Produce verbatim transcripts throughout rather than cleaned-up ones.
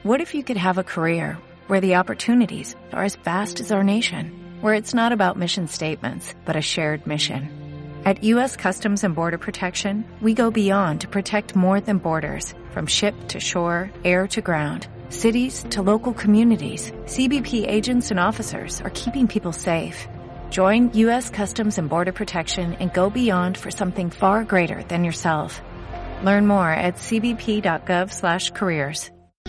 What if you could have a career where the opportunities are as vast as our nation, where it's not about mission statements, but a shared mission? At U S Customs and Border Protection, we go beyond to protect more than borders. From ship to shore, air to ground, cities to local communities, C B P agents and officers are keeping people safe. Join U S Customs and Border Protection and go beyond for something far greater than yourself. Learn more at c b p dot gov slash careers.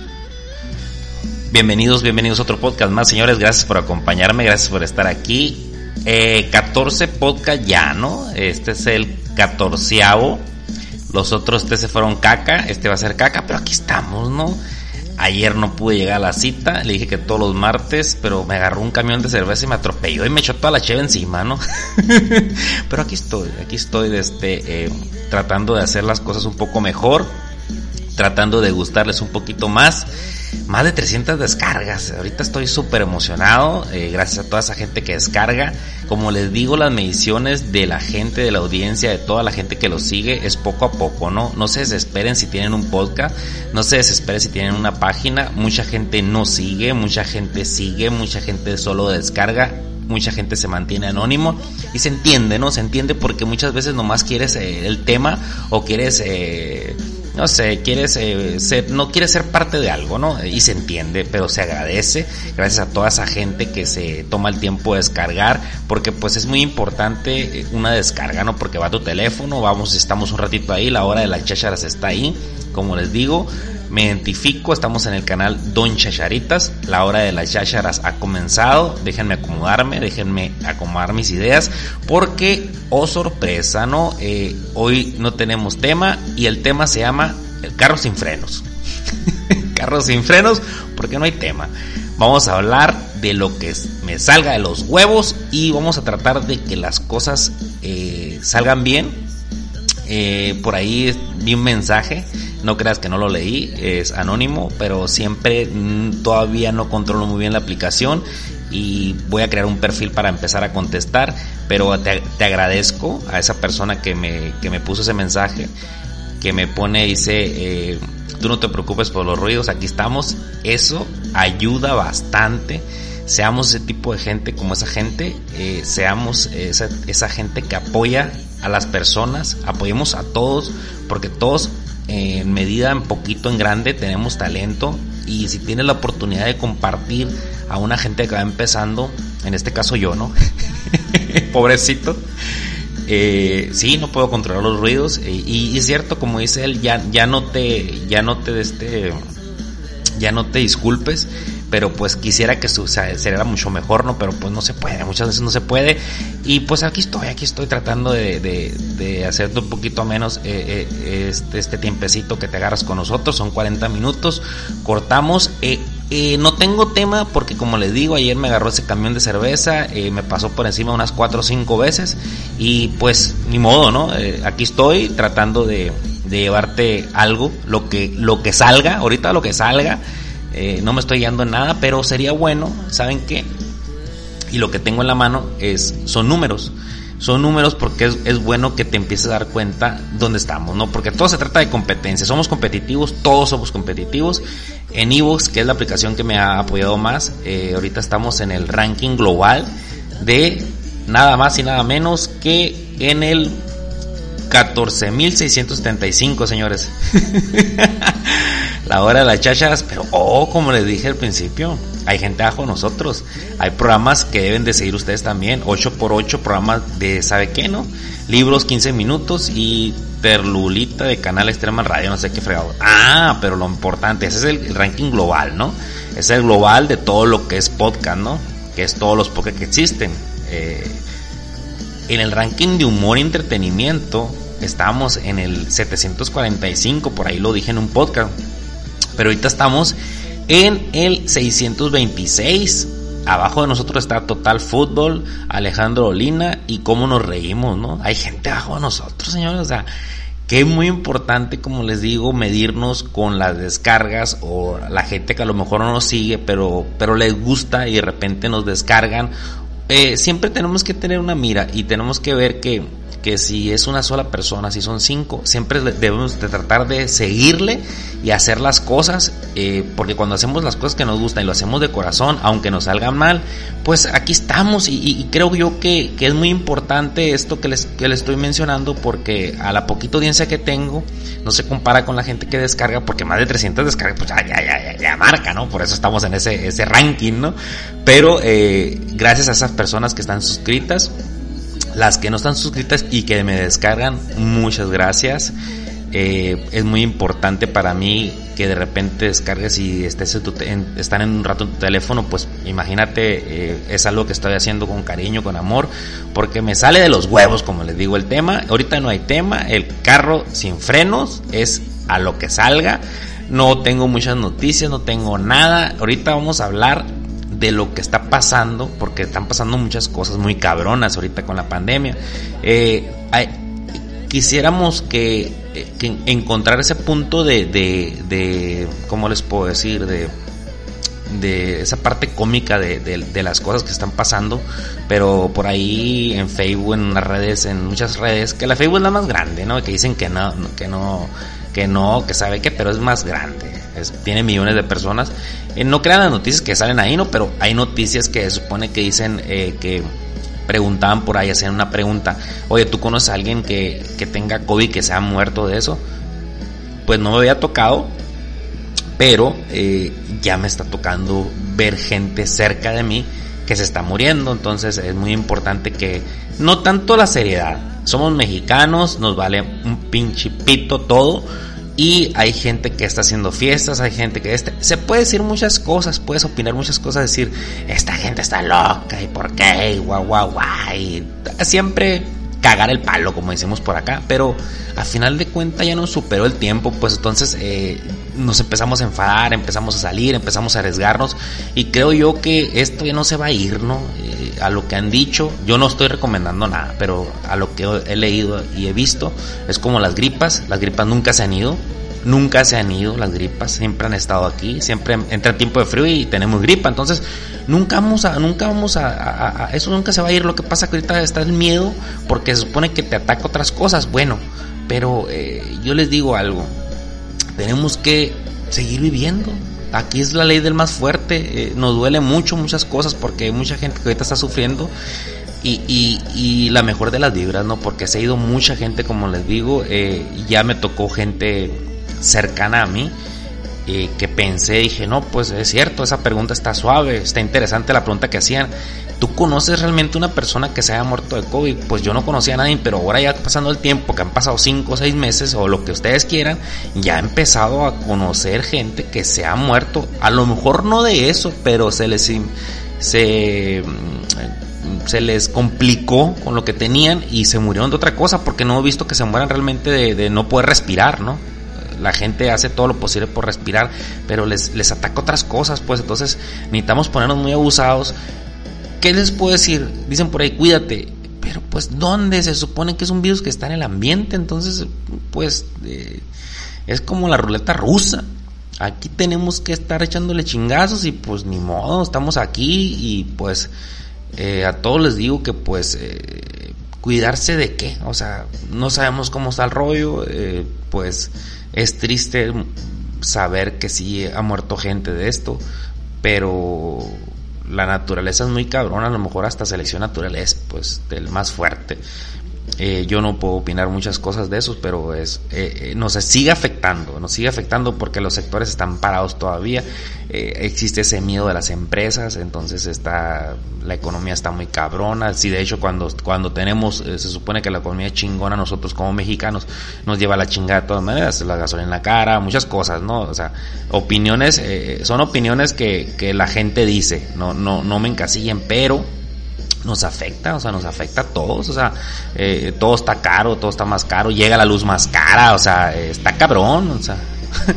Bienvenidos, bienvenidos a otro podcast más, señores. Gracias por acompañarme, gracias por estar aquí. Eh, catorce podcast ya, ¿no? Este es el catorceavo. Los otros tres se fueron caca. Este va a ser caca, pero aquí estamos, ¿no? Ayer no pude llegar a la cita. Le dije que todos los martes, pero me agarró un camión de cerveza y me atropelló y me echó toda la cheve encima, ¿no? Pero aquí estoy, aquí estoy de este, eh, tratando de hacer las cosas un poco mejor, tratando de gustarles un poquito más. Más de trescientas descargas. Ahorita estoy súper emocionado, eh, gracias a toda esa gente que descarga. Como les digo, las mediciones de la gente, de la audiencia, de toda la gente que lo sigue, es poco a poco, ¿no? No se desesperen si tienen un podcast, no se desesperen si tienen una página. Mucha gente no sigue, mucha gente sigue, mucha gente solo descarga, mucha gente se mantiene anónimo. Y se entiende, ¿no? Se entiende porque muchas veces nomás quieres eh, el tema o quieres... Eh, no sé, quieres eh, ser, no quieres ser parte de algo, ¿no? Y se entiende, pero se agradece, gracias a toda esa gente que se toma el tiempo de descargar, porque pues es muy importante una descarga, ¿no? Porque va a tu teléfono, vamos, estamos un ratito ahí, la hora de las chácharas está ahí, como les digo, me identifico, estamos en el canal Don Chacharitas, la hora de las chácharas ha comenzado, déjenme acomodarme, déjenme acomodar mis ideas, porque, oh sorpresa, ¿no? Eh, hoy no tenemos tema y el tema se llama el carro sin frenos. Carro sin frenos, porque no hay tema. Vamos a hablar de lo que me salga de los huevos y vamos a tratar de que las cosas eh, salgan bien. Eh, por ahí vi un mensaje, no creas que no lo leí, es anónimo, pero siempre mm, todavía no controlo muy bien la aplicación y voy a crear un perfil para empezar a contestar, pero te, te agradezco a esa persona que me, que me puso ese mensaje, que me pone, dice, eh, tú no te preocupes por los ruidos, aquí estamos. Eso ayuda bastante. Seamos ese tipo de gente, como esa gente, eh, seamos esa, esa gente que apoya a las personas, apoyemos a todos, porque todos eh, en medida, en poquito, en grande, tenemos talento, y si tienes la oportunidad de compartir a una gente que va empezando, en este caso yo, ¿no? Pobrecito. Eh, sí, no puedo controlar los ruidos, eh, y, y es cierto, como dice él, ya, ya no te, ya no te, este, ya no te disculpes, pero pues quisiera que su, o sea, sería mucho mejor, ¿no? Pero pues no se puede, muchas veces no se puede, y pues aquí estoy, aquí estoy tratando de, de, de hacerte un poquito menos eh, eh, este, este tiempecito que te agarras con nosotros. Son cuarenta minutos, cortamos, eh, eh, no tengo tema porque, como les digo, ayer me agarró ese camión de cerveza, eh, me pasó por encima unas cuatro o cinco veces, y pues ni modo, ¿no? Eh, aquí estoy tratando de, de llevarte algo, lo que, lo que salga, ahorita lo que salga. Eh, no me estoy guiando en nada, pero sería bueno, ¿saben qué? Y lo que tengo en la mano es, son números. Son números porque es, es bueno que te empieces a dar cuenta dónde estamos, ¿no? Porque todo se trata de competencia. Somos competitivos, todos somos competitivos. En iVoox, que es la aplicación que me ha apoyado más, eh, ahorita estamos en el ranking global de nada más y nada menos que en el catorce mil seiscientos setenta y cinco, señores. La hora de las chácharas, pero oh, como les dije al principio, hay gente abajo de nosotros, hay programas que deben de seguir ustedes también, ocho por ocho programas de ¿sabe qué, no? Libros quince minutos y Terlulita de Canal Extrema Radio, no sé qué fregado. Ah, pero lo importante, ese es el, el ranking global, ¿no? Es el global de todo lo que es podcast, ¿no? Que es todos los podcasts que existen. Eh, en el ranking de humor y entretenimiento estábamos en el setecientos cuarenta y cinco, por ahí lo dije en un podcast. Pero ahorita estamos en el seiscientos veintiséis. Abajo de nosotros está Total Fútbol, Alejandro Olina y Cómo Nos Reímos, ¿no? Hay gente abajo de nosotros, señores. O sea, que es muy importante, como les digo, medirnos con las descargas o la gente que a lo mejor no nos sigue, pero, pero les gusta y de repente nos descargan eh, siempre tenemos que tener una mira y tenemos que ver que, que si es una sola persona, si son cinco, siempre debemos de tratar de seguirle y hacer las cosas, eh, porque cuando hacemos las cosas que nos gustan y lo hacemos de corazón, aunque nos salgan mal, pues aquí estamos. Y, y, y creo yo que, que es muy importante esto que les, que les estoy mencionando, porque a la poquita audiencia que tengo no se compara con la gente que descarga, porque más de trescientas descargas pues ya, ya, ya, ya marca, ¿no? Por eso estamos en ese, ese ranking, ¿no? Pero eh, gracias a esas personas que están suscritas, las que no están suscritas y que me descargan, muchas gracias. Eh, es muy importante para mí que de repente descargues y estés en tu te- en, están en un rato en tu teléfono, pues imagínate, eh, es algo que estoy haciendo con cariño, con amor, porque me sale de los huevos, como les digo, el tema. Ahorita no hay tema, el carro sin frenos, es a lo que salga. No tengo muchas noticias, no tengo nada. Ahorita vamos a hablar de lo que está pasando, porque están pasando muchas cosas muy cabronas ahorita con la pandemia. Eh, hay, quisiéramos que, que encontrar ese punto de, de, de, ¿cómo les puedo decir? De, de esa parte cómica de, de, de las cosas que están pasando, pero por ahí en Facebook, en las redes, en muchas redes, que la Facebook es la más grande, ¿no? Que dicen que no, que no, que no, que sabe qué, pero es más grande, es, tiene millones de personas. Eh, no crean las noticias que salen ahí, ¿no? Pero hay noticias que se supone que dicen eh, que preguntaban por ahí, hacían una pregunta: oye, ¿tú conoces a alguien que, que tenga COVID, que se ha muerto de eso? Pues no me había tocado, pero eh, ya me está tocando ver gente cerca de mí que se está muriendo. Entonces es muy importante que no tanto la seriedad, somos mexicanos, nos vale un pinche pito todo, y hay gente que está haciendo fiestas, hay gente que este, se puede decir muchas cosas, puedes opinar muchas cosas, decir esta gente está loca y por qué, y guau guau guau, y siempre cagar el palo, como decimos por acá, pero al final de cuentas ya nos superó el tiempo, pues entonces eh, nos empezamos a enfadar, empezamos a salir, empezamos a arriesgarnos, y creo yo que esto ya no se va a ir, ¿no? Eh, a lo que han dicho, yo no estoy recomendando nada, pero a lo que he leído y he visto, es como las gripas, las gripas nunca se han ido, nunca se han ido las gripas, siempre han estado aquí, siempre entra el tiempo de frío y tenemos gripa, entonces nunca vamos a, nunca vamos a, a, a eso nunca se va a ir. Lo que pasa que ahorita está el miedo, porque se supone que te ataca otras cosas, bueno, pero eh, yo les digo algo, tenemos que seguir viviendo. Aquí es la ley del más fuerte. Eh, nos duele mucho muchas cosas, porque hay mucha gente que ahorita está sufriendo, y, y, y la mejor de las vibras, ¿no? Porque se ha ido mucha gente, como les digo, eh, ya me tocó gente cercana a mí, eh, que pensé, dije, no, pues es cierto, esa pregunta está suave, está interesante la pregunta que hacían. ¿Tú conoces realmente una persona que se haya muerto de COVID? Pues yo no conocía a nadie, pero ahora ya pasando el tiempo, que han pasado cinco o seis meses o lo que ustedes quieran, ya he empezado a conocer gente que se ha muerto, a lo mejor no de eso, pero se les se, se les complicó con lo que tenían y se murieron de otra cosa, porque no he visto que se mueran realmente de, de no poder respirar, ¿no? La gente hace todo lo posible por respirar, pero les, les ataca otras cosas, pues entonces necesitamos ponernos muy abusados. ¿Qué les puedo decir? Dicen por ahí, cuídate, pero pues ¿dónde? Se supone que es un virus que está en el ambiente, entonces pues eh, es como la ruleta rusa. Aquí tenemos que estar echándole chingazos y pues ni modo, estamos aquí, y pues eh, a todos les digo que pues eh, cuidarse de qué, o sea, no sabemos cómo está el rollo, eh, pues es triste saber que sí ha muerto gente de esto, pero la naturaleza es muy cabrona, a lo mejor hasta selección natural es pues del más fuerte. Eh, yo no puedo opinar muchas cosas de eso, pero es eh, eh, nos sigue afectando, nos sigue afectando porque los sectores están parados todavía, eh, existe ese miedo de las empresas, entonces está, la economía está muy cabrona. Sí, de hecho cuando, cuando tenemos, eh, se supone que la economía es chingona, nosotros como mexicanos nos lleva la chingada de todas maneras, la gasolina en la cara, muchas cosas, ¿no? O sea, opiniones, eh, son opiniones que, que la gente dice, no, no, no me encasillen, pero nos afecta, o sea, nos afecta a todos, o sea, eh, todo está caro, todo está más caro, llega la luz más cara, o sea, eh, está cabrón, o sea,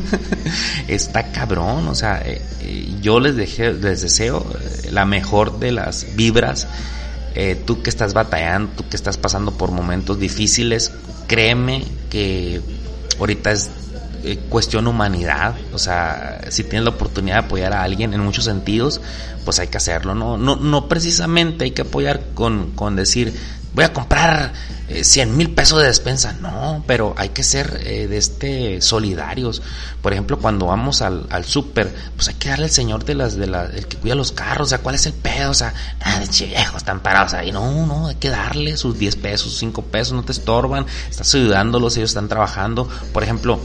está cabrón, o sea, eh, eh, yo les dejé, les deseo eh, la mejor de las vibras. Eh, tú que estás batallando, tú que estás pasando por momentos difíciles, créeme que ahorita es eh, cuestión humanidad. O sea, si tienes la oportunidad de apoyar a alguien en muchos sentidos, pues hay que hacerlo, ¿no? No, no precisamente hay que apoyar con, con decir, voy a comprar eh, cien mil pesos de despensa. No, pero hay que ser eh, de este solidarios. Por ejemplo, cuando vamos al, al súper, pues hay que darle al señor de las, de la, el que cuida los carros. O sea, ¿cuál es el pedo? O sea, nada de viejos están parados ahí. No, no, hay que darle sus diez pesos, cinco pesos, no te estorban. Estás ayudándolos, ellos están trabajando. Por ejemplo,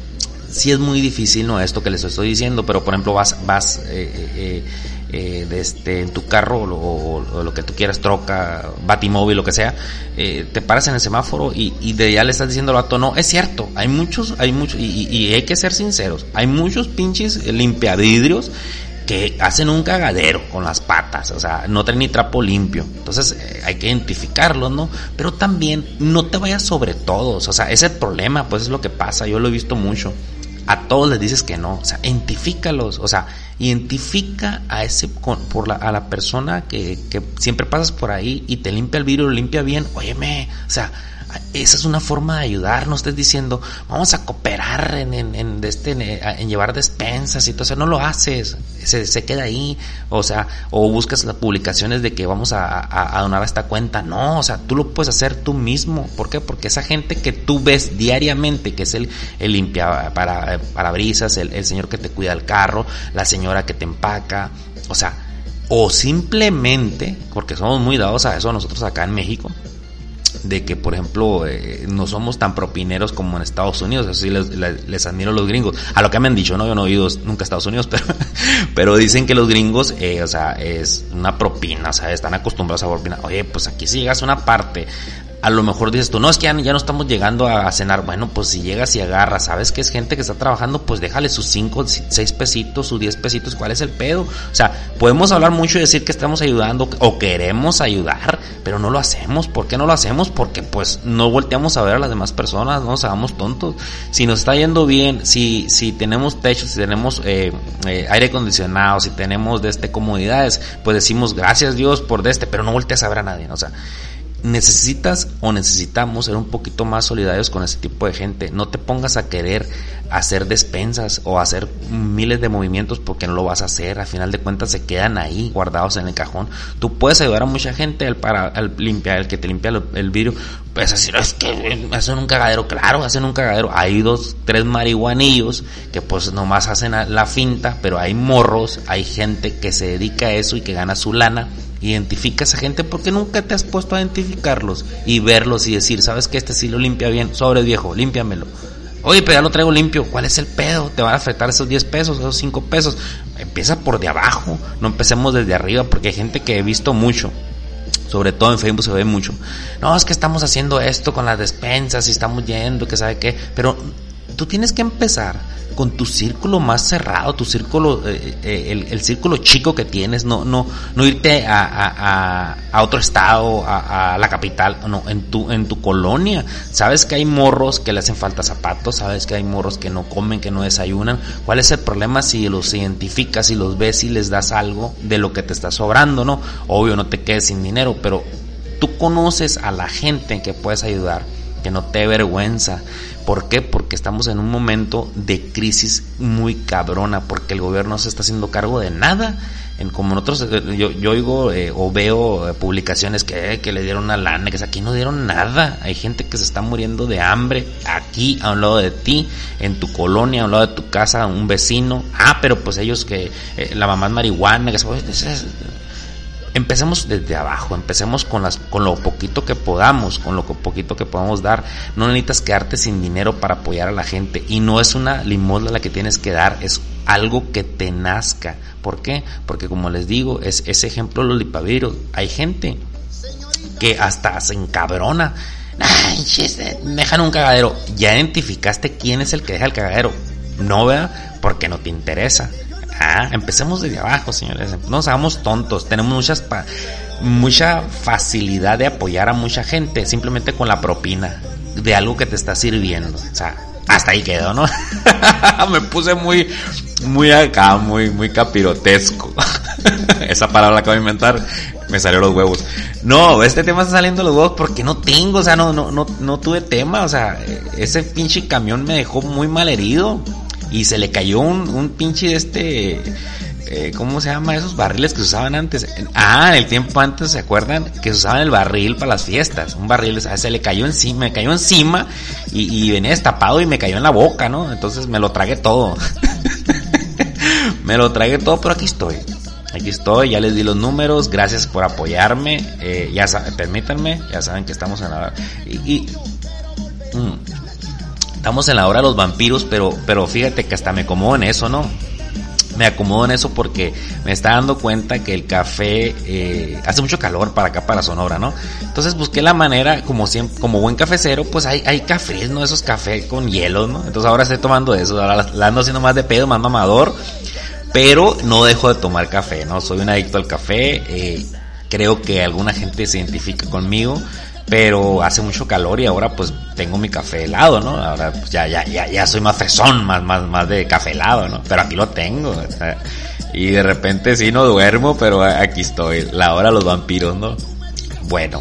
sí es muy difícil, ¿no? Esto que les estoy diciendo, pero por ejemplo vas, vas, eh, eh, eh, de este, en tu carro o, o, o lo que tú quieras, troca, batimóvil, lo que sea, eh, te paras en el semáforo y, y de ya le estás diciendo al vato, no, es cierto, hay muchos, hay muchos, y, y hay que ser sinceros, hay muchos pinches limpiavidrios que hacen un cagadero con las patas, o sea, no traen ni trapo limpio. Entonces eh, hay que identificarlos, ¿no? Pero también no te vayas sobre todos, o sea, ese es el problema, pues es lo que pasa, yo lo he visto mucho. A todos les dices que no, o sea, identifícalos, o sea, identifica a ese por la, a la persona que, que siempre pasas por ahí y te limpia el vidrio, lo limpia bien, óyeme, o sea, esa es una forma de ayudar, no estés diciendo vamos a cooperar en, en, en, este, en, en llevar despensas y todo eso, no lo haces, se, se queda ahí, o sea, o buscas las publicaciones de que vamos a, a, a donar a esta cuenta, no, o sea, tú lo puedes hacer tú mismo. ¿Por qué? Porque esa gente que tú ves diariamente, que es el, el limpia para, parabrisas, el, el señor que te cuida el carro, la señora que te empaca, o sea, o simplemente, porque somos muy dados a eso nosotros acá en México, de que por ejemplo eh, no somos tan propineros como en Estados Unidos. Eso sí les, les, les admiro a los gringos, a lo que me han dicho, no, yo no he ido nunca a Estados Unidos, pero, pero dicen que los gringos eh, o sea, es una propina, o sea, están acostumbrados a propina. Oye, pues aquí si llegas a una parte, a lo mejor dices tú, no, es que ya, ya no estamos llegando a, a cenar. Bueno, pues si llegas y agarras, sabes que es gente que está trabajando, pues déjale sus cinco, seis pesitos, sus diez pesitos, ¿cuál es el pedo? O sea, podemos hablar mucho y decir que estamos ayudando o queremos ayudar, pero no lo hacemos. ¿Por qué no lo hacemos? Porque pues no volteamos a ver a las demás personas, no nos hagamos tontos. Si nos está yendo bien, si, si tenemos techo, si tenemos eh, eh, aire acondicionado, si tenemos de este comodidades, pues decimos gracias Dios por de este, pero no volteas a ver a nadie, ¿no? O sea, necesitas o necesitamos ser un poquito más solidarios con ese tipo de gente. No te pongas a querer hacer despensas o hacer miles de movimientos porque no lo vas a hacer. Al final de cuentas se quedan ahí guardados en el cajón. Tú puedes ayudar a mucha gente al, para, al limpiar, el que te limpia el, el vidrio. Pues así, es que hacen un cagadero, claro, hacen un cagadero. Hay dos, tres marihuanillos que pues nomás hacen la finta, pero hay morros, hay gente que se dedica a eso y que gana su lana. Identifica a esa gente porque nunca te has puesto a identificarlos y verlos y decir, ¿sabes qué? Este sí lo limpia bien, sobre viejo, límpiamelo. Oye, pero ya lo traigo limpio, ¿cuál es el pedo? Te van a afectar esos diez pesos, esos cinco pesos. Empieza por de abajo, no empecemos desde arriba, porque hay gente que he visto mucho, sobre todo en Facebook se ve mucho. No, es que estamos haciendo esto con las despensas y estamos yendo, que sabe qué, pero tú tienes que empezar con tu círculo más cerrado, tu círculo, eh, eh, el, el círculo chico que tienes, no, no, no irte a, a, a otro estado, a, a la capital, no, en tu, en tu colonia. Sabes que hay morros que le hacen falta zapatos, sabes que hay morros que no comen, que no desayunan. ¿Cuál es el problema si los identificas, si los ves y les das algo de lo que te está sobrando, no? Obvio, no te quedes sin dinero, pero tú conoces a la gente en que puedes ayudar, que no te dé vergüenza. ¿Por qué? Porque estamos en un momento de crisis muy cabrona, porque el gobierno no se está haciendo cargo de nada. En, como nosotros, yo, yo oigo eh, o veo eh, publicaciones que, eh, que le dieron una lana, que aquí no dieron nada. Hay gente que se está muriendo de hambre aquí, a un lado de ti, en tu colonia, a un lado de tu casa, un vecino. Ah, pero pues ellos que, eh, la mamá es marihuana, que se puede... Empecemos desde abajo, empecemos con las con lo poquito que podamos, con lo poquito que podamos dar. No necesitas quedarte sin dinero para apoyar a la gente, y no es una limosna la que tienes que dar, es algo que te nazca. ¿Por qué? Porque como les digo, es ese ejemplo de los lipavidrios. Hay gente que hasta se encabrona. Ay, me dejan un cagadero. Ya identificaste quién es el que deja el cagadero, no, ¿verdad? Porque no te interesa. Ah, empecemos desde abajo, señores. No seamos tontos. Tenemos muchas pa- mucha facilidad de apoyar a mucha gente simplemente con la propina de algo que te está sirviendo. O sea, hasta ahí quedó, ¿no? Me puse muy, muy acá, muy, muy capirotesco. Esa palabra la acabo de inventar. Me salió los huevos. No, este tema está saliendo los huevos porque no tengo, o sea, no, no, no, no tuve tema, o sea, ese pinche camión me dejó muy mal herido y se le cayó un, un pinche de este, eh, ¿cómo se llama? Esos barriles que se usaban antes. Ah, en el tiempo antes, ¿se acuerdan? Que se usaban el barril para las fiestas, un barril, o sea, se le cayó encima, me cayó encima y, y venía destapado y me cayó en la boca, ¿no? Entonces me lo tragué todo. Me lo tragué todo, pero aquí estoy. Aquí estoy, ya les di los números, gracias por apoyarme, eh, ya saben, permítanme, ya saben que estamos en la hora, y, y mm, estamos en la hora de los vampiros, pero, pero fíjate que hasta me acomodo en eso, ¿no? Me acomodo en eso porque me está dando cuenta que el café, eh, hace mucho calor para acá, para Sonora, ¿no? Entonces busqué la manera, como siempre, como buen cafecero, pues hay, hay cafés, ¿no? Esos cafés con hielo, ¿no? Entonces ahora estoy tomando eso, ahora la, la ando haciendo más de pedo, más mamador. Pero no dejo de tomar café, ¿no? Soy un adicto al café, eh, creo que alguna gente se identifica conmigo, pero hace mucho calor y ahora pues tengo mi café helado, ¿no? Ahora pues ya, ya, ya, ya soy más fresón, más, más, más de café helado, ¿no? Pero aquí lo tengo, o sea, y de repente sí no duermo, pero aquí estoy, la hora de los vampiros, ¿no? Bueno,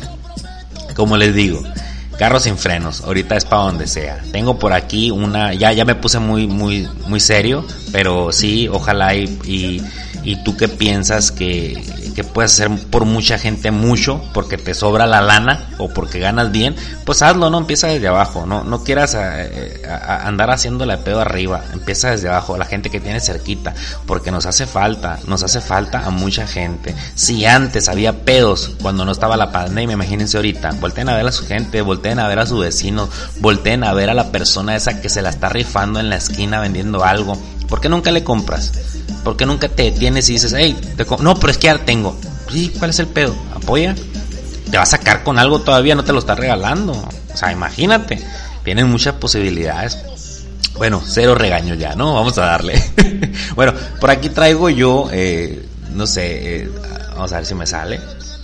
como les digo, carro sin frenos, ahorita es para donde sea. Tengo por aquí una, ya ya me puse muy muy muy serio, pero sí, ojalá y y, y tú qué piensas que que puedes hacer por mucha gente mucho porque te sobra la lana o porque ganas bien, pues hazlo, no empieza desde abajo, no no quieras a, a, a andar haciéndole a pedo arriba, empieza desde abajo, la gente que tiene cerquita, porque nos hace falta, nos hace falta a mucha gente. Si antes había pedos cuando no estaba la pandemia, imagínense ahorita, volteen a ver a su gente, volteen a ver a su vecino, volteen a ver a la persona esa que se la está rifando en la esquina vendiendo algo. ¿Por qué nunca le compras? ¿Por qué nunca te detienes y dices, hey, te no, pero es que ya tengo? Sí, ¿cuál es el pedo? Apoya. Te va a sacar con algo todavía, no te lo está regalando. O sea, imagínate, tienen muchas posibilidades. Bueno, cero regaño ya, ¿no? Vamos a darle. Bueno, por aquí traigo yo, eh, no sé, eh, vamos a ver si me sale.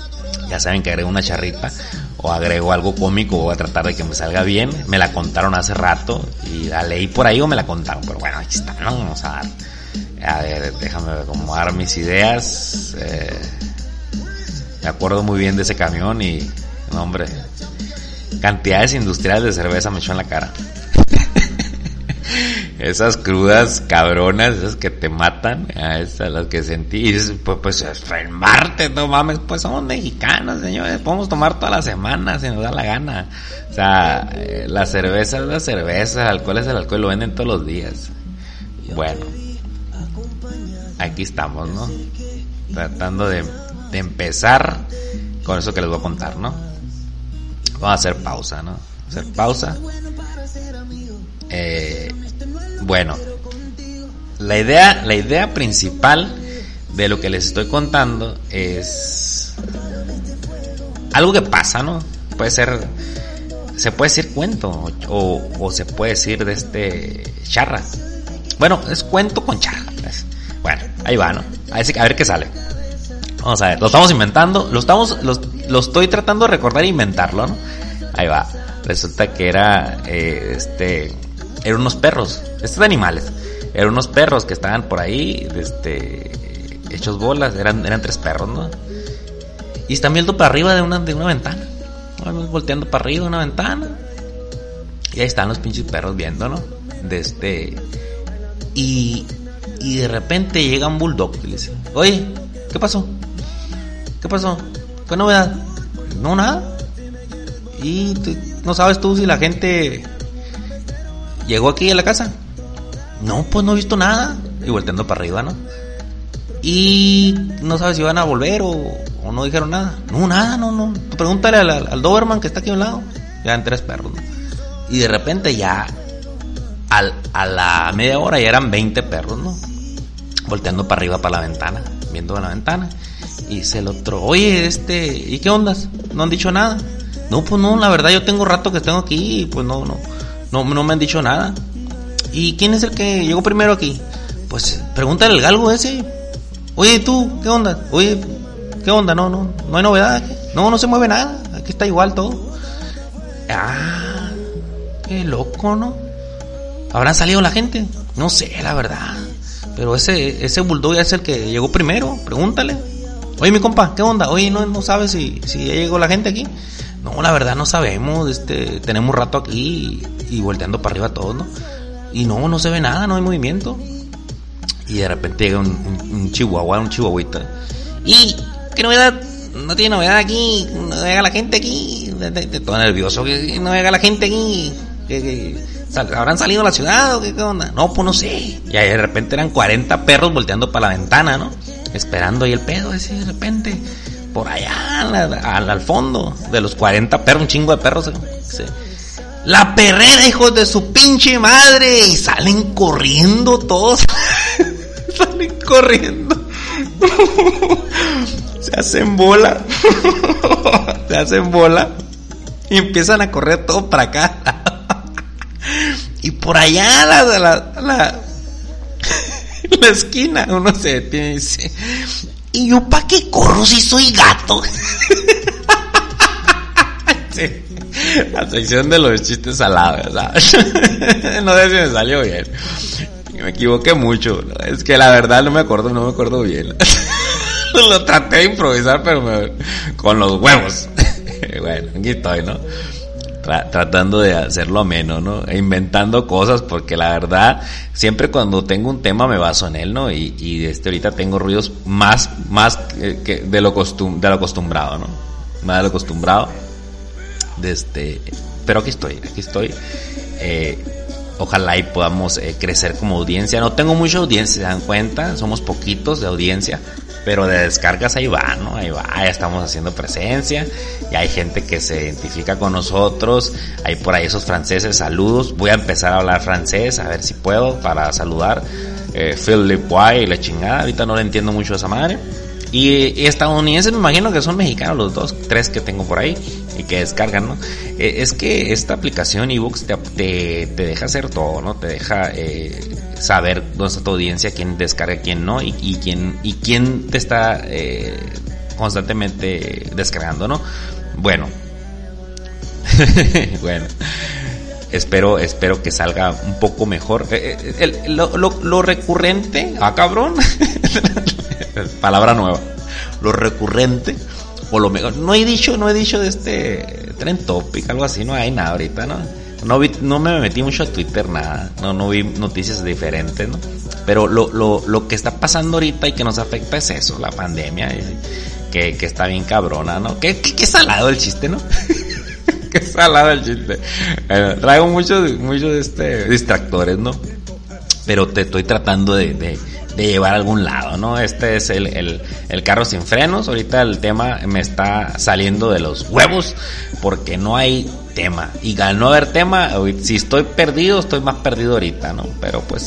Ya saben que agrego una charrita o agrego algo cómico, voy a tratar de que me salga bien. Me la contaron hace rato y la leí por ahí o me la contaron, pero bueno, aquí está, ¿no? Vamos a dar. A ver, déjame acomodar mis ideas. Eh, me acuerdo muy bien de ese camión y, no, hombre, cantidades industriales de cerveza me echó en la cara. Esas crudas cabronas, esas que te matan, a esas las que sentí. Y dices, pues, pues en Marte, no mames, pues somos mexicanos, señores, podemos tomar toda la semana si nos da la gana. O sea, eh, la cerveza es la cerveza, el alcohol es el alcohol, lo venden todos los días. Bueno, aquí estamos, ¿no? Tratando de, de empezar con eso que les voy a contar, ¿no? Vamos a hacer pausa, ¿no? Hacer pausa. Eh, bueno, la idea, la idea principal de lo que les estoy contando es algo que pasa, ¿no? Puede ser, se puede decir cuento o, o se puede decir de este charra. Bueno, es cuento con charra. Bueno, ahí va, ¿no? A ver, a ver qué sale. Vamos a ver, lo estamos inventando, lo estamos, lo, lo estoy tratando de recordar e inventarlo, ¿no? Ahí va. Resulta que era, eh, este, eran unos perros, estos animales, eran unos perros que estaban por ahí, este, hechos bolas, eran, eran tres perros, ¿no? Y están viendo para arriba de una, de una ventana, vamos volteando para arriba de una ventana, y ahí están los pinches perros viendo, ¿no? De este, y, y de repente llega un bulldog y le dice, oye, ¿qué pasó? ¿Qué pasó? ¿Qué novedad? No, nada. Y te, no sabes tú si la gente llegó aquí a la casa. No, pues no he visto nada. Y volteando para arriba, ¿no? Y no sabes si van a volver o, o no dijeron nada. No, nada, no, no. Tú pregúntale al, al Doberman que está aquí a un lado. Ya en tres perros, ¿no? Y de repente ya al, a la media hora ya eran veinte perros, ¿no? Volteando para arriba para la ventana, viendo a la ventana. Y dice el otro, oye, este, ¿y qué ondas? ¿No han dicho nada? No, pues no, la verdad yo tengo rato que tengo aquí y pues no, no, no, no me han dicho nada. ¿Y quién es el que llegó primero aquí? Pues pregúntale al galgo ese. Oye, tú, ¿qué onda? Oye, ¿qué onda? No, no, no hay novedad aquí. No, no se mueve nada, aquí está igual todo. Ah, qué loco, ¿no? ¿Habrán salido la gente? No sé, la verdad. Pero ese, ese bulldog es el que llegó primero, pregúntale. oye, mi compa, ¿qué onda? Oye, ¿no, no sabes si, si ya llegó la gente aquí? No, la verdad no sabemos, este, tenemos un rato aquí y, y volteando para arriba todos, ¿no? Y no, no se ve nada, no hay movimiento. Y de repente llega un, un, un chihuahua, un chihuahuita. Y, ¿qué novedad? No tiene novedad aquí, no llega la gente aquí. De, de, de todo nervioso, que no llega la gente aquí. Que, que sal, ¿habrán salido a la ciudad o qué, qué onda? No, pues no sé. Y ahí de repente eran cuarenta perros volteando para la ventana, ¿no? Esperando ahí el pedo, así de repente. Por allá, al, al, al fondo de los cuarenta perros, un chingo de perros. ¿Sí? La perrera, hijos de su pinche madre. Y salen corriendo todos. Salen corriendo. Se hacen bola. Se hacen bola. Y empiezan a correr todo para acá. Y por allá, la, la, la, la, la esquina, uno se detiene y dice: ¿y yo pa' qué corro si soy gato? Sí. La sección de los chistes salados, ¿sabes? No sé si me salió bien. Me equivoqué mucho. Es que la verdad no me acuerdo, no me acuerdo bien. Lo traté de improvisar, pero me... con los huevos. Bueno, aquí estoy, ¿no? Tra- tratando de hacerlo ameno, ¿no? E inventando cosas, porque la verdad, siempre cuando tengo un tema me baso en él, ¿no? Y, y este, ahorita tengo ruidos más, más que, que de lo costum- de lo acostumbrado, ¿no? Más de lo acostumbrado. De este, pero aquí estoy, aquí estoy. Eh, ojalá y podamos eh, crecer como audiencia. No tengo mucha audiencia, se dan cuenta, somos poquitos de audiencia, pero de descargas ahí va, ¿no? Ahí va, ya estamos haciendo presencia, y hay gente que se identifica con nosotros. Hay por ahí esos franceses, saludos. Voy a empezar a hablar francés, a ver si puedo, para saludar. Eh, Philip White y la chingada, ahorita no le entiendo mucho a esa madre. Y, y estadounidenses me imagino que son mexicanos los dos, tres que tengo por ahí y que descargan, ¿no? Eh, es que esta aplicación eBooks te, te, te deja hacer todo, ¿no? Te deja eh, saber dónde está tu audiencia, quién descarga, quién no, y, y quién y quién te está eh, constantemente descargando, ¿no? Bueno, bueno. Espero, espero que salga un poco mejor. Eh, el, lo, lo, lo recurrente, ah, cabrón. Palabra nueva. Lo recurrente o lo mejor. No he dicho, no he dicho de este Trend Topic, algo así, no hay nada ahorita, ¿no? No vi, no me metí mucho a Twitter, nada. No, no vi noticias diferentes, ¿no? Pero lo, lo, lo que está pasando ahorita y que nos afecta es eso, la pandemia, que, que está bien cabrona, ¿no? Que, que, que salado el chiste, ¿no? Qué salado el chiste. Bueno, traigo muchos, muchos este, distractores, ¿no? Pero te estoy tratando de, de, de llevar a algún lado, ¿no? Este es el, el, el carro sin frenos. Ahorita el tema me está saliendo de los huevos porque no hay tema. Y al no haber tema, si estoy perdido, estoy más perdido ahorita, ¿no? Pero pues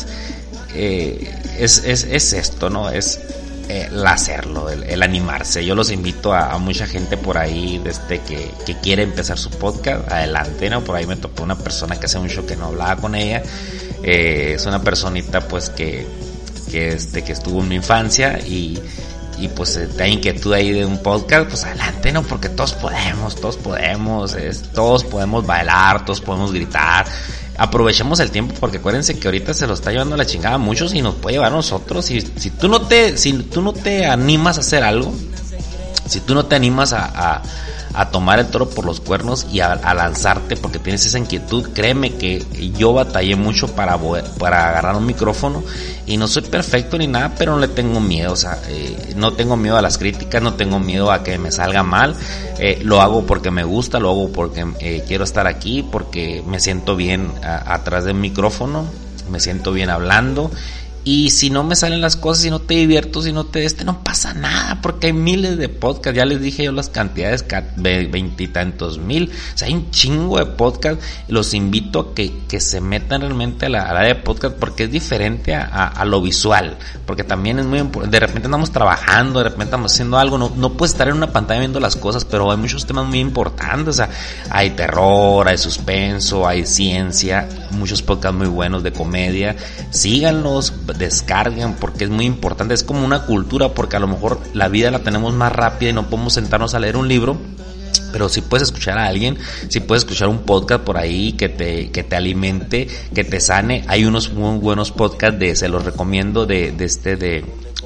eh, es, es, es esto, ¿no? Es Eh, el hacerlo, el, el animarse. Yo los invito a, a mucha gente por ahí desde que, que quiere empezar su podcast, adelante, ¿no? Por ahí me topé una persona que hace mucho que no hablaba con ella. Eh, es una personita pues que, que, este, que estuvo en mi infancia y, y pues hay inquietud ahí de un podcast, pues adelante, ¿no? Porque todos podemos, todos podemos, es, todos podemos bailar, todos podemos gritar. Aprovechemos el tiempo, porque acuérdense que ahorita se lo está llevando la chingada a muchos y nos puede llevar a nosotros. Y si tú no te, si tú no te animas a hacer algo, si tú no te animas a, a, a tomar el toro por los cuernos y a, a lanzarte porque tienes esa inquietud, créeme que yo batallé mucho para, para agarrar un micrófono y no soy perfecto ni nada, pero no le tengo miedo, o sea, eh, no tengo miedo a las críticas, no tengo miedo a que me salga mal, eh, lo hago porque me gusta, lo hago porque eh, quiero estar aquí, porque me siento bien a, atrás del micrófono, me siento bien hablando. Y si no me salen las cosas, si no te divierto, si no te este, no pasa nada, porque hay miles de podcasts. Ya les dije yo las cantidades, veintitantos mil. O sea, hay un chingo de podcasts. Los invito a que, que se metan realmente a la, al área de podcast, porque es diferente a, a, a lo visual. Porque también es muy importante. De repente andamos trabajando, de repente estamos haciendo algo. No, no puedes estar en una pantalla viendo las cosas, pero hay muchos temas muy importantes. O sea, hay terror, hay suspenso, hay ciencia, muchos podcasts muy buenos de comedia. Síganlos, descarguen, porque es muy importante. Es como una cultura, porque a lo mejor la vida la tenemos más rápida y no podemos sentarnos a leer un libro, pero si puedes escuchar a alguien, si puedes escuchar un podcast por ahí que te, que te alimente, que te sane. Hay unos muy buenos podcasts de, se los recomiendo, de, de este, de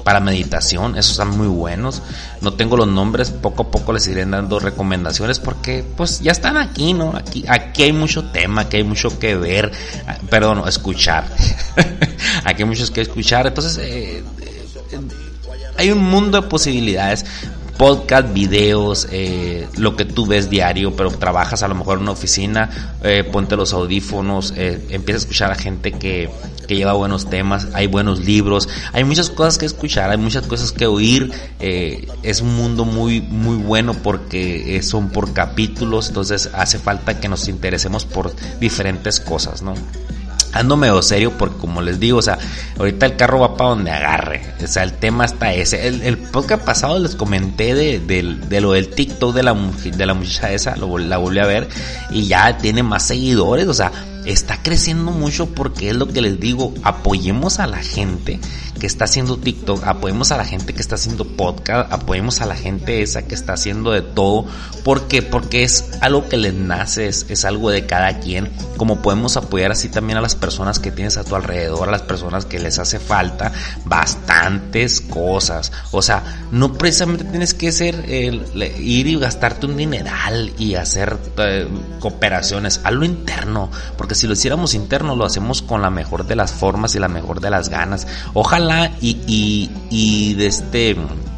para meditación, esos están muy buenos. No tengo los nombres, poco a poco les iré dando recomendaciones porque pues ya están aquí, ¿no? Aquí, aquí hay mucho tema, aquí hay mucho que ver, perdón, escuchar. Aquí hay muchos que escuchar, entonces eh, eh, hay un mundo de posibilidades. Podcast, videos, eh, lo que tú ves diario, pero trabajas a lo mejor en una oficina, eh, ponte los audífonos, eh, empieza a escuchar a gente que, que lleva buenos temas, hay buenos libros, hay muchas cosas que escuchar, hay muchas cosas que oír, eh, es un mundo muy, muy bueno porque eh, son por capítulos, entonces hace falta que nos interesemos por diferentes cosas, ¿no? Ando medio serio porque como les digo, o sea, ahorita el carro va para donde agarre, o sea, el tema está ese. El, el podcast pasado les comenté de, de, de lo del TikTok de la, de la muchacha esa, lo, la volví a ver y ya tiene más seguidores, o sea, está creciendo mucho porque es lo que les digo, apoyemos a la gente que está haciendo TikTok, apoyemos a la gente que está haciendo podcast, apoyemos a la gente esa que está haciendo de todo, porque porque es algo que les nace, es, es algo de cada quien, como podemos apoyar así también a las personas que tienes a tu alrededor, a las personas que les hace falta bastantes cosas, o sea, no precisamente tienes que ser eh, ir y gastarte un dineral y hacer eh, cooperaciones, hazlo interno, porque si lo hiciéramos interno lo hacemos con la mejor de las formas y la mejor de las ganas. Ojalá y, y, y de este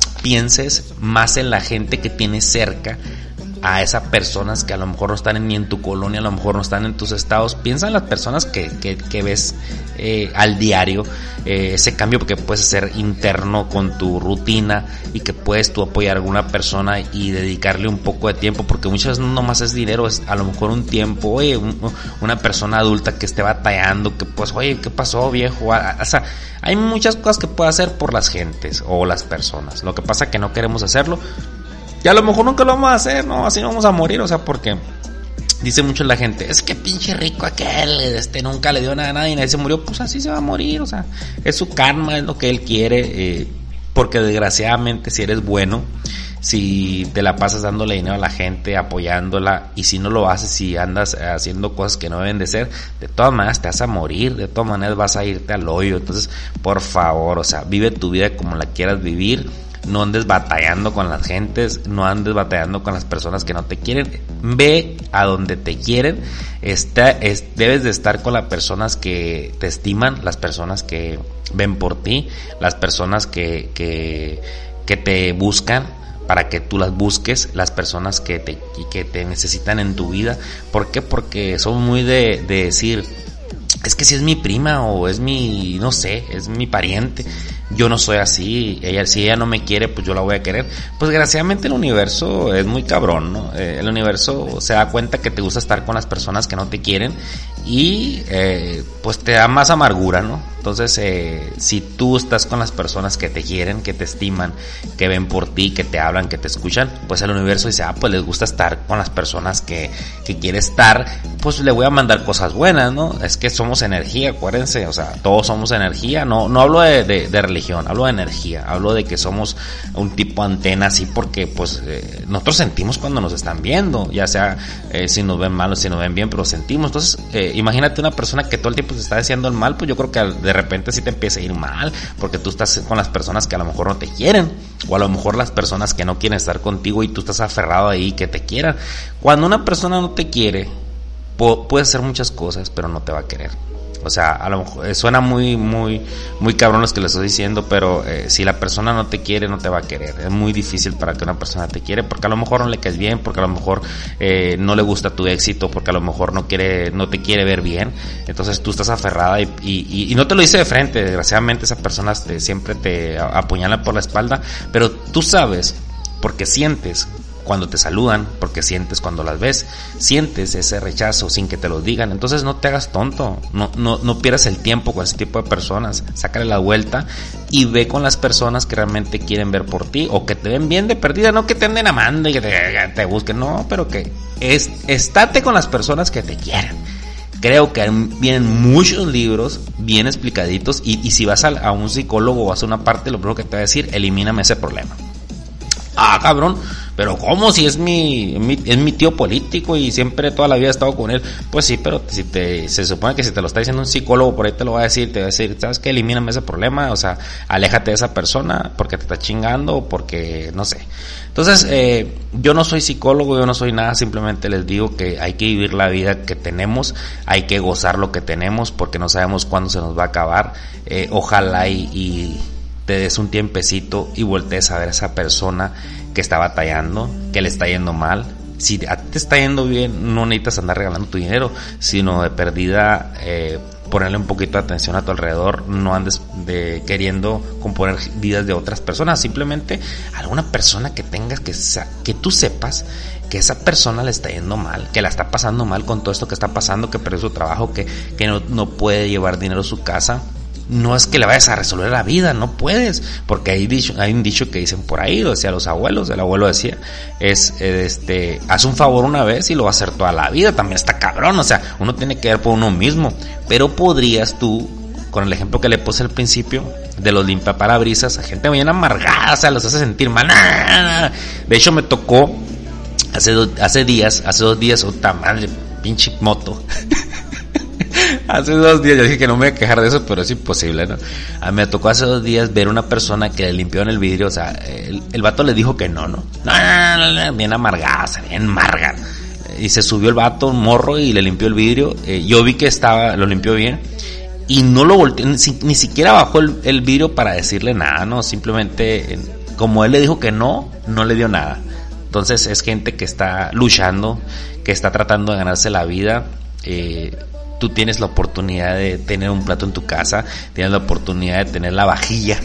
pienses más en la gente que tienes cerca, a esas personas que a lo mejor no están ni en tu colonia, a lo mejor no están en tus estados. Piensa en las personas que, que, que ves eh, al diario, eh, ese cambio que puedes hacer interno con tu rutina y que puedes tú apoyar a alguna persona y dedicarle un poco de tiempo, porque muchas veces no nomás es dinero, es a lo mejor un tiempo. Oye, un, una persona adulta que esté batallando, que pues, oye, ¿qué pasó, viejo? O sea, hay muchas cosas que puede hacer por las gentes o las personas. Lo que pasa es que no queremos hacerlo. Y a lo mejor nunca lo vamos a hacer, ¿no? Así no vamos a morir, o sea, porque dice mucho la gente, es que pinche rico aquel, este nunca le dio nada a nadie y nadie se murió, pues así se va a morir, o sea, es su karma, es lo que él quiere, eh, porque desgraciadamente si eres bueno, si te la pasas dándole dinero a la gente, apoyándola, y si no lo haces, si andas haciendo cosas que no deben de ser, de todas maneras te vas a morir, de todas maneras vas a irte al hoyo. Entonces, por favor, o sea, vive tu vida como la quieras vivir. No andes batallando con las gentes, no andes batallando con las personas que no te quieren. Ve a donde te quieren. Está, es, debes de estar con las personas que te estiman, las personas que ven por ti, las personas que, que, que te buscan para que tú las busques, las personas que te, que te necesitan en tu vida. ¿Por qué? Porque son muy de, de decir, es que si es mi prima o es mi, no sé, es mi pariente. Yo no soy así, ella, si ella no me quiere, pues yo la voy a querer. Pues desgraciadamente el universo es muy cabrón, ¿no? Eh, el universo se da cuenta que te gusta estar con las personas que no te quieren y eh, pues te da más amargura, ¿no? Entonces, eh, si tú estás con las personas que te quieren, que te estiman, que ven por ti, que te hablan, que te escuchan, pues el universo dice, ah, pues les gusta estar con las personas que, que quiere estar, pues le voy a mandar cosas buenas, ¿no? Es que somos energía, acuérdense, o sea, todos somos energía, no, no hablo de, de, de religión, hablo de energía, hablo de que somos un tipo antena así porque pues eh, nosotros sentimos cuando nos están viendo, ya sea eh, si nos ven mal o si nos ven bien, pero sentimos. Entonces eh, imagínate una persona que todo el tiempo te está deseando el mal, pues yo creo que de repente sí te empieza a ir mal, porque tú estás con las personas que a lo mejor no te quieren, o a lo mejor las personas que no quieren estar contigo y tú estás aferrado ahí que te quieran. Cuando una persona no te quiere, po- puede hacer muchas cosas, pero no te va a querer. O sea, a lo mejor eh, suena muy, muy, muy cabrón lo que les estoy diciendo, pero eh, si la persona no te quiere, no te va a querer. Es muy difícil para que una persona te quiere, porque a lo mejor no le caes bien, porque a lo mejor eh, no le gusta tu éxito, porque a lo mejor no quiere, no te quiere ver bien. Entonces tú estás aferrada y, y, y no te lo dice de frente. Desgraciadamente esas personas te, siempre te apuñalan por la espalda, pero tú sabes, porque sientes cuando te saludan, porque sientes cuando las ves, sientes ese rechazo sin que te lo digan. Entonces no te hagas tonto, no, no, no pierdas el tiempo con ese tipo de personas, sácale la vuelta y ve con las personas que realmente quieren ver por ti, o que te ven bien de perdida, no que te anden amando y que te, te busquen, no, pero que es, estate con las personas que te quieren. Creo que vienen muchos libros bien explicaditos y, y si vas a, a un psicólogo o vas a una parte, lo primero que te va a decir, elimíname ese problema. Ah, cabrón, Pero ¿cómo? Si es mi, mi, es mi tío político y siempre toda la vida he estado con él. Pues sí, pero si te, se supone que si te lo está diciendo un psicólogo, por ahí te lo va a decir, te va a decir, ¿sabes qué? Elimíname ese problema, o sea, aléjate de esa persona porque te está chingando o porque, no sé. Entonces, eh, yo no soy psicólogo, yo no soy nada, simplemente les digo que hay que vivir la vida que tenemos, hay que gozar lo que tenemos porque no sabemos cuándo se nos va a acabar. Eh, ojalá y, y te des un tiempecito y voltees a ver a esa persona que está batallando, que le está yendo mal. Si a ti te está yendo bien, no necesitas andar regalando tu dinero, sino de perdida eh, ponerle un poquito de atención a tu alrededor. No andes de queriendo componer vidas de otras personas, simplemente alguna persona que tengas que, que tú sepas que esa persona le está yendo mal, que la está pasando mal con todo esto que está pasando, que perdió su trabajo, que, que no, no puede llevar dinero a su casa. No es que le vayas a resolver la vida, no puedes, porque hay dicho, hay un dicho que dicen por ahí, lo decía los abuelos, el abuelo decía, es, este, haz un favor una vez y lo va a hacer toda la vida. También está cabrón, o sea, uno tiene que ver por uno mismo, pero podrías tú, con el ejemplo que le puse al principio, de los limpiaparabrisas, a gente bien amargada, o sea, los hace sentir mal. De hecho me tocó, hace, do, hace días, hace dos días, otra madre, pinche moto. Hace dos días, yo dije que no me voy a quejar de eso, pero es imposible, ¿no? A mí me tocó hace dos días ver una persona que le limpió en el vidrio, o sea, el, el vato le dijo que no, ¿no? No, no, no, no, bien amargada, o sea, bien amarga. Y se subió el vato, un morro, y le limpió el vidrio. Eh, yo vi que estaba, lo limpió bien, y no lo volteó, ni, ni siquiera bajó el, el vidrio para decirle nada, ¿no? Simplemente, como él le dijo que no, no le dio nada. Entonces, es gente que está luchando, que está tratando de ganarse la vida. eh... Tú tienes la oportunidad de tener un plato en tu casa, tienes la oportunidad de tener la vajilla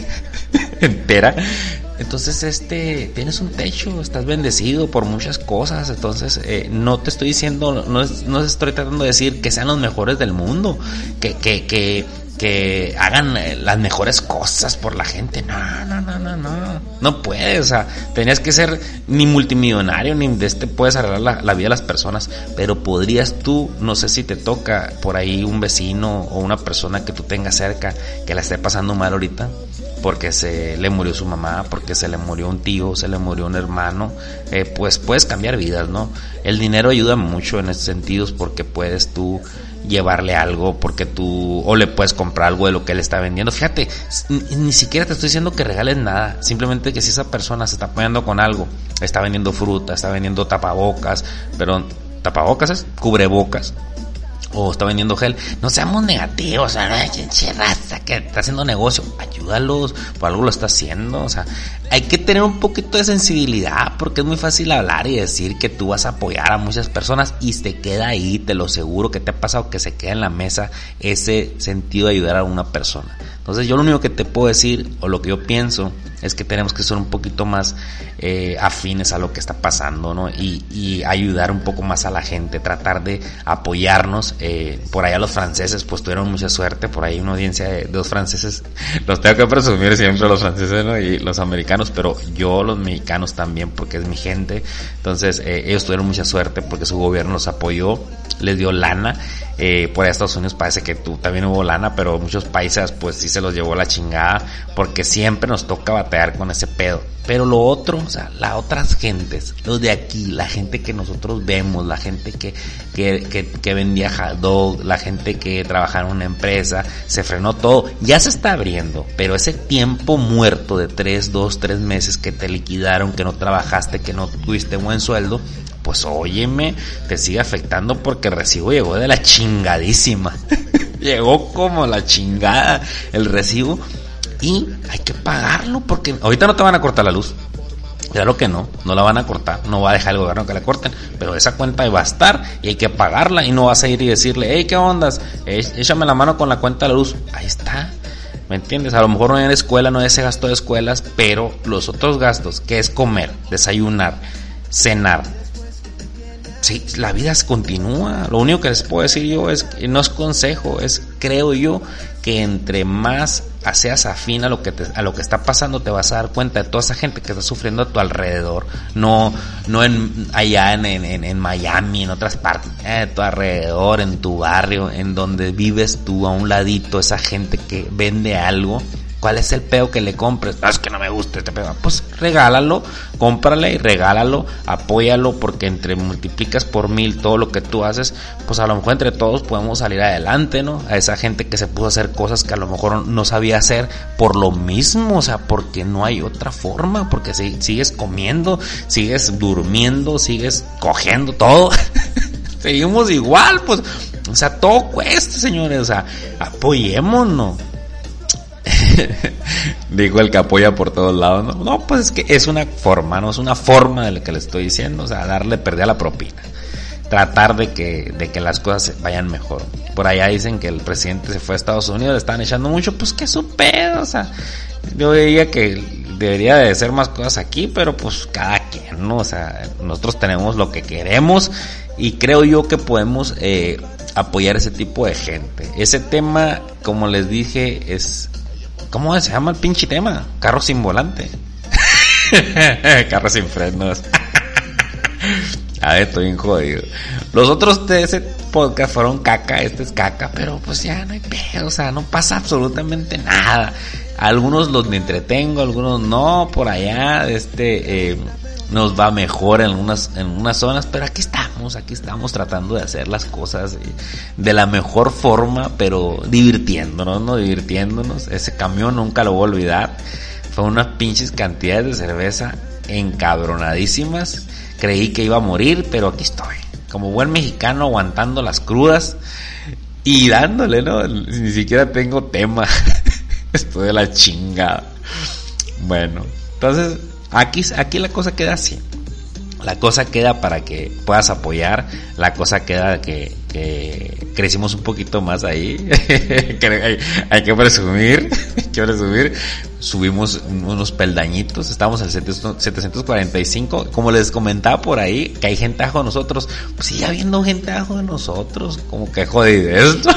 entera. Entonces, este, tienes un techo, estás bendecido por muchas cosas. Entonces, eh, no te estoy diciendo, no, no estoy tratando de decir que sean los mejores del mundo, que, que, que, que hagan las mejores cosas por la gente. No, no, no, no, no, no puedes. O sea, tenías que ser ni multimillonario ni de este puedes arreglar la, la vida de las personas, pero podrías tú, no sé si te toca por ahí un vecino o una persona que tú tengas cerca que la esté pasando mal ahorita, porque se le murió su mamá, porque se le murió un tío, se le murió un hermano, eh, pues puedes cambiar vidas, ¿no? El dinero ayuda mucho en esos sentidos porque puedes tú llevarle algo, porque tú o le puedes comprar algo de lo que él está vendiendo. Fíjate, ni, ni siquiera te estoy diciendo que regales nada, simplemente que si esa persona se está apoyando con algo, está vendiendo fruta, está vendiendo tapabocas, pero tapabocas es cubrebocas, o está vendiendo gel, no seamos negativos, o sea, no hay raza que está haciendo negocio, ayúdalos, por algo lo está haciendo. O sea, hay que tener un poquito de sensibilidad, porque es muy fácil hablar y decir que tú vas a apoyar a muchas personas y se queda ahí, te lo aseguro que te ha pasado que se queda en la mesa ese sentido de ayudar a una persona. Entonces yo lo único que te puedo decir, o lo que yo pienso, es que tenemos que ser un poquito más eh, afines a lo que está pasando, ¿no? Y, y ayudar un poco más a la gente, tratar de apoyarnos. Eh, por allá los franceses pues tuvieron mucha suerte, por ahí una audiencia de dos franceses, los tengo que presumir siempre los franceses, ¿no? Y los americanos, pero yo los mexicanos también, porque es mi gente. Entonces eh, ellos tuvieron mucha suerte porque su gobierno los apoyó, les dio lana. Eh, por allá Estados Unidos parece que tú, también hubo lana, pero muchos países pues sí se los llevó la chingada, porque siempre nos toca batallar con ese pedo. Pero lo otro, o sea, las otras gentes, los de aquí, la gente que nosotros vemos, la gente que, que, que, que vendía hot dog, la gente que trabajaba en una empresa, se frenó todo, ya se está abriendo, pero ese tiempo muerto de tres, dos, tres meses que te liquidaron, que no trabajaste, que no tuviste buen sueldo, pues óyeme, te sigue afectando porque el recibo llegó de la chingadísima. Llegó como la chingada el recibo y hay que pagarlo porque ahorita no te van a cortar la luz. Claro que no, no la van a cortar, no va a dejar el gobierno que la corten, pero esa cuenta va a estar y hay que pagarla y no vas a ir y decirle, hey, ¿qué ondas? Échame la mano con la cuenta de la luz. Ahí está. ¿Me entiendes? A lo mejor no hay en escuela, no hay ese gasto de escuelas, pero los otros gastos, que es comer, desayunar, cenar, sí, la vida continúa. Lo único que les puedo decir yo es, no es consejo, es creo yo que entre más seas afín a lo que te, a lo que está pasando, te vas a dar cuenta de toda esa gente que está sufriendo a tu alrededor, no no en allá en, en, en Miami, en otras partes, eh, a tu alrededor, en tu barrio, en donde vives tú, a un ladito, esa gente que vende algo, ¿Cuál es el pedo que le compres? Ah, es que no me gusta este pedo. Pues regálalo, cómprale y regálalo, apóyalo, porque entre multiplicas por mil todo lo que tú haces, pues a lo mejor entre todos podemos salir adelante, ¿no? A esa gente que se puso a hacer cosas que a lo mejor no sabía hacer por lo mismo, o sea, porque no hay otra forma, porque si, sigues comiendo, sigues durmiendo, sigues cogiendo todo. Seguimos igual, pues, o sea, todo cuesta, señores, o sea, apoyémonos. Dijo el que apoya por todos lados. No, no, pues es que es una forma, no es una forma de lo que le estoy diciendo. O sea, darle perder a la propina. Tratar de que, de que las cosas vayan mejor. Por allá dicen que el presidente se fue a Estados Unidos, le están echando mucho, pues que su pedo. O sea, yo diría que debería de ser más cosas aquí, pero pues cada quien, ¿no? O sea, nosotros tenemos lo que queremos y creo yo que podemos eh, apoyar ese tipo de gente. Ese tema, como les dije, es... ¿Cómo se llama el pinche tema? Carro sin volante. Carro sin frenos. A ver, estoy bien jodido. Los otros de ese podcast fueron caca, este es caca, pero pues ya no hay pedo, o sea, no pasa absolutamente nada. Algunos los me entretengo, algunos no, por allá, este, eh, nos va mejor en unas, en unas zonas, pero aquí estamos, aquí estamos tratando de hacer las cosas de la mejor forma, pero divirtiéndonos, ¿no? Divirtiéndonos. Ese camión nunca lo voy a olvidar. Fue unas pinches cantidades de cerveza encabronadísimas. Creí que iba a morir, pero aquí estoy. Como buen mexicano aguantando las crudas y dándole, ¿no? Ni siquiera tengo tema. Estoy de la chingada. Bueno, entonces... Aquí, aquí la cosa queda así. La cosa queda para que puedas apoyar. La cosa queda que, que crecimos un poquito más ahí. hay, hay que presumir. Hay que presumir. Subimos unos peldañitos. Estamos en setecientos cuarenta y cinco. Como les comentaba por ahí, que hay gente abajo de nosotros. Pues sigue habiendo gente abajo de nosotros. Como que jodido esto.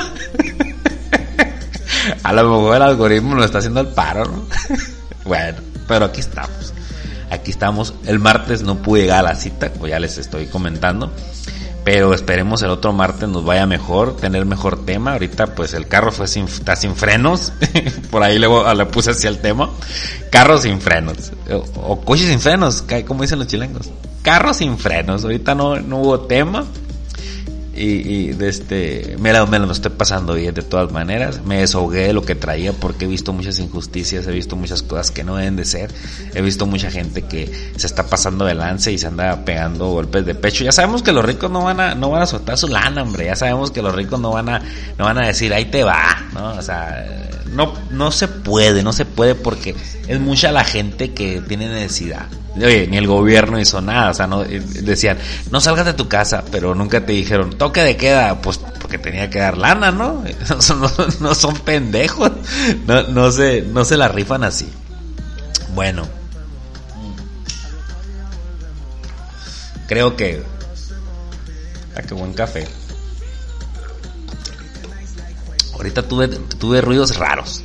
A lo mejor el algoritmo nos está haciendo el paro, ¿no? Bueno, pero aquí estamos. Aquí estamos. El martes no pude llegar a la cita, pues ya les estoy comentando, pero esperemos el otro martes nos vaya mejor, tener mejor tema. Ahorita pues el carro fue sin, está sin frenos. Por ahí luego le puse así el tema. Carro sin frenos. O, o coche sin frenos, como dicen los chilengos. Carro sin frenos. Ahorita no, no hubo tema. Y, y de este me lo, me lo estoy pasando bien de todas maneras. Me desahogué de lo que traía porque he visto muchas injusticias, he visto muchas cosas que no deben de ser, he visto mucha gente que se está pasando de lance y se anda pegando golpes de pecho. Ya sabemos que los ricos no van a no van a soltar su lana, hombre. Ya sabemos que los ricos no van a no van a decir ahí te va, ¿no? O sea, no no se puede, no se puede porque es mucha la gente que tiene necesidad. Oye, ni el gobierno hizo nada, o sea, no decían, no salgas de tu casa, pero nunca te dijeron, toque de queda, pues porque tenía que dar lana, ¿no? No, no, no son pendejos, no, no se, no se la rifan así. Bueno, creo que, ah, qué buen café. Ahorita tuve, tuve ruidos raros.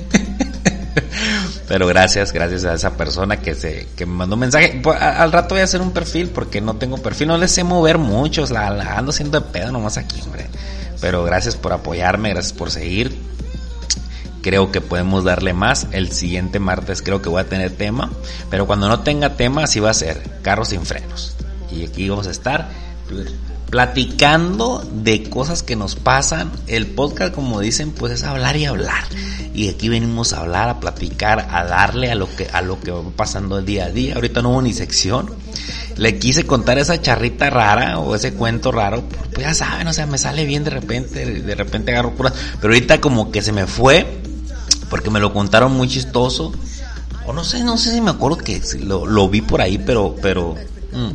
Pero gracias, gracias a esa persona que se que me mandó un mensaje. Pues, a, al rato voy a hacer un perfil porque no tengo perfil, no les sé mover muchos, la, la ando haciendo de pedo nomás aquí, hombre. Pero gracias por apoyarme, gracias por seguir. Creo que podemos darle más. El siguiente martes creo que voy a tener tema, pero cuando no tenga tema así va a ser carros sin frenos. Y aquí vamos a estar platicando de cosas que nos pasan. El podcast, como dicen, pues es hablar y hablar. Y aquí venimos a hablar, a platicar, a darle a lo que a lo que va pasando el día a día. Ahorita no hubo ni sección. Le quise contar esa charrita rara o ese cuento raro, pues ya saben, o sea, me sale bien de repente, de repente agarro puras. Pero ahorita como que se me fue porque me lo contaron muy chistoso. O no sé, no sé si me acuerdo que lo, lo vi por ahí, pero pero mmm.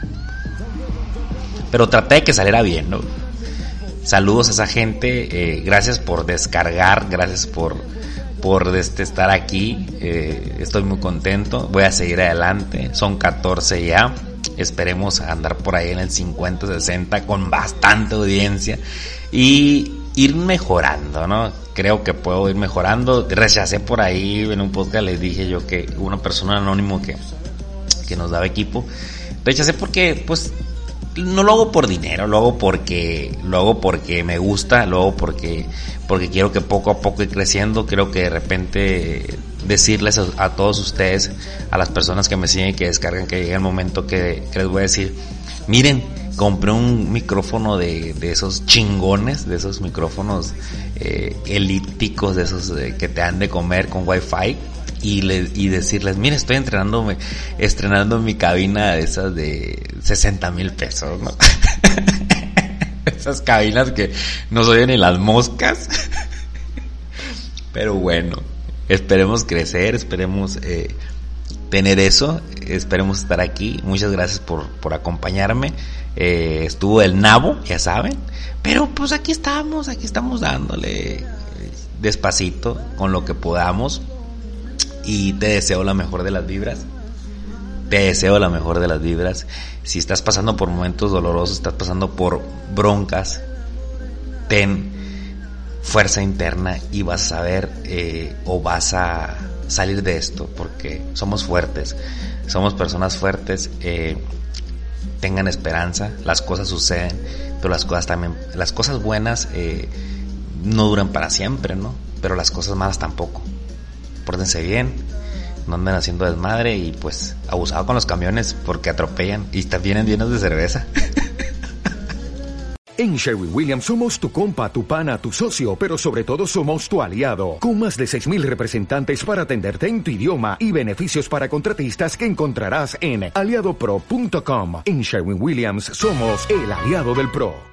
Pero traté de que saliera bien, ¿no? Saludos a esa gente, eh, gracias por descargar, gracias por, por este, estar aquí, eh, estoy muy contento, voy a seguir adelante, son catorce ya, esperemos andar por ahí en el cincuenta, sesenta con bastante audiencia y ir mejorando, ¿no? Creo que puedo ir mejorando. Rechacé por ahí en un podcast, les dije yo que una persona anónimo que, que nos daba equipo, rechacé porque pues no lo hago por dinero, lo hago porque lo hago porque me gusta, lo hago porque porque quiero que poco a poco ir creciendo. Quiero que de repente decirles a, a todos ustedes, a las personas que me siguen y que descargan, que llegue el momento que, que les voy a decir, miren, compré un micrófono de, de esos chingones, de esos micrófonos eh, elípticos, de esos eh, que te han de comer con wifi, y, le, y decirles, mire, estoy entrenándome, estrenando mi cabina de esas de sesenta mil pesos, ¿no? Esas cabinas que no se oyen ni las moscas. Pero bueno, esperemos crecer, esperemos eh, tener eso, esperemos estar aquí. Muchas gracias por, por acompañarme. Eh, estuvo el nabo, ya saben, pero pues aquí estamos, aquí estamos dándole eh, despacito con lo que podamos, y te deseo la mejor de las vibras, te deseo la mejor de las vibras. Si estás pasando por momentos dolorosos, estás pasando por broncas, ten fuerza interna y vas a saber eh, o vas a salir de esto, porque somos fuertes, somos personas fuertes. eh, tengan esperanza, las cosas suceden, pero las cosas también, las cosas buenas eh, no duran para siempre, ¿no? Pero las cosas malas tampoco. Pórtense bien, no anden haciendo desmadre, y pues abusado con los camiones porque atropellan y están vienen llenos de cerveza. En Sherwin-Williams somos tu compa, tu pana, tu socio, pero sobre todo somos tu aliado, con más de seis mil representantes para atenderte en tu idioma y beneficios para contratistas que encontrarás en aliado pro punto com. En Sherwin-Williams somos el aliado del pro.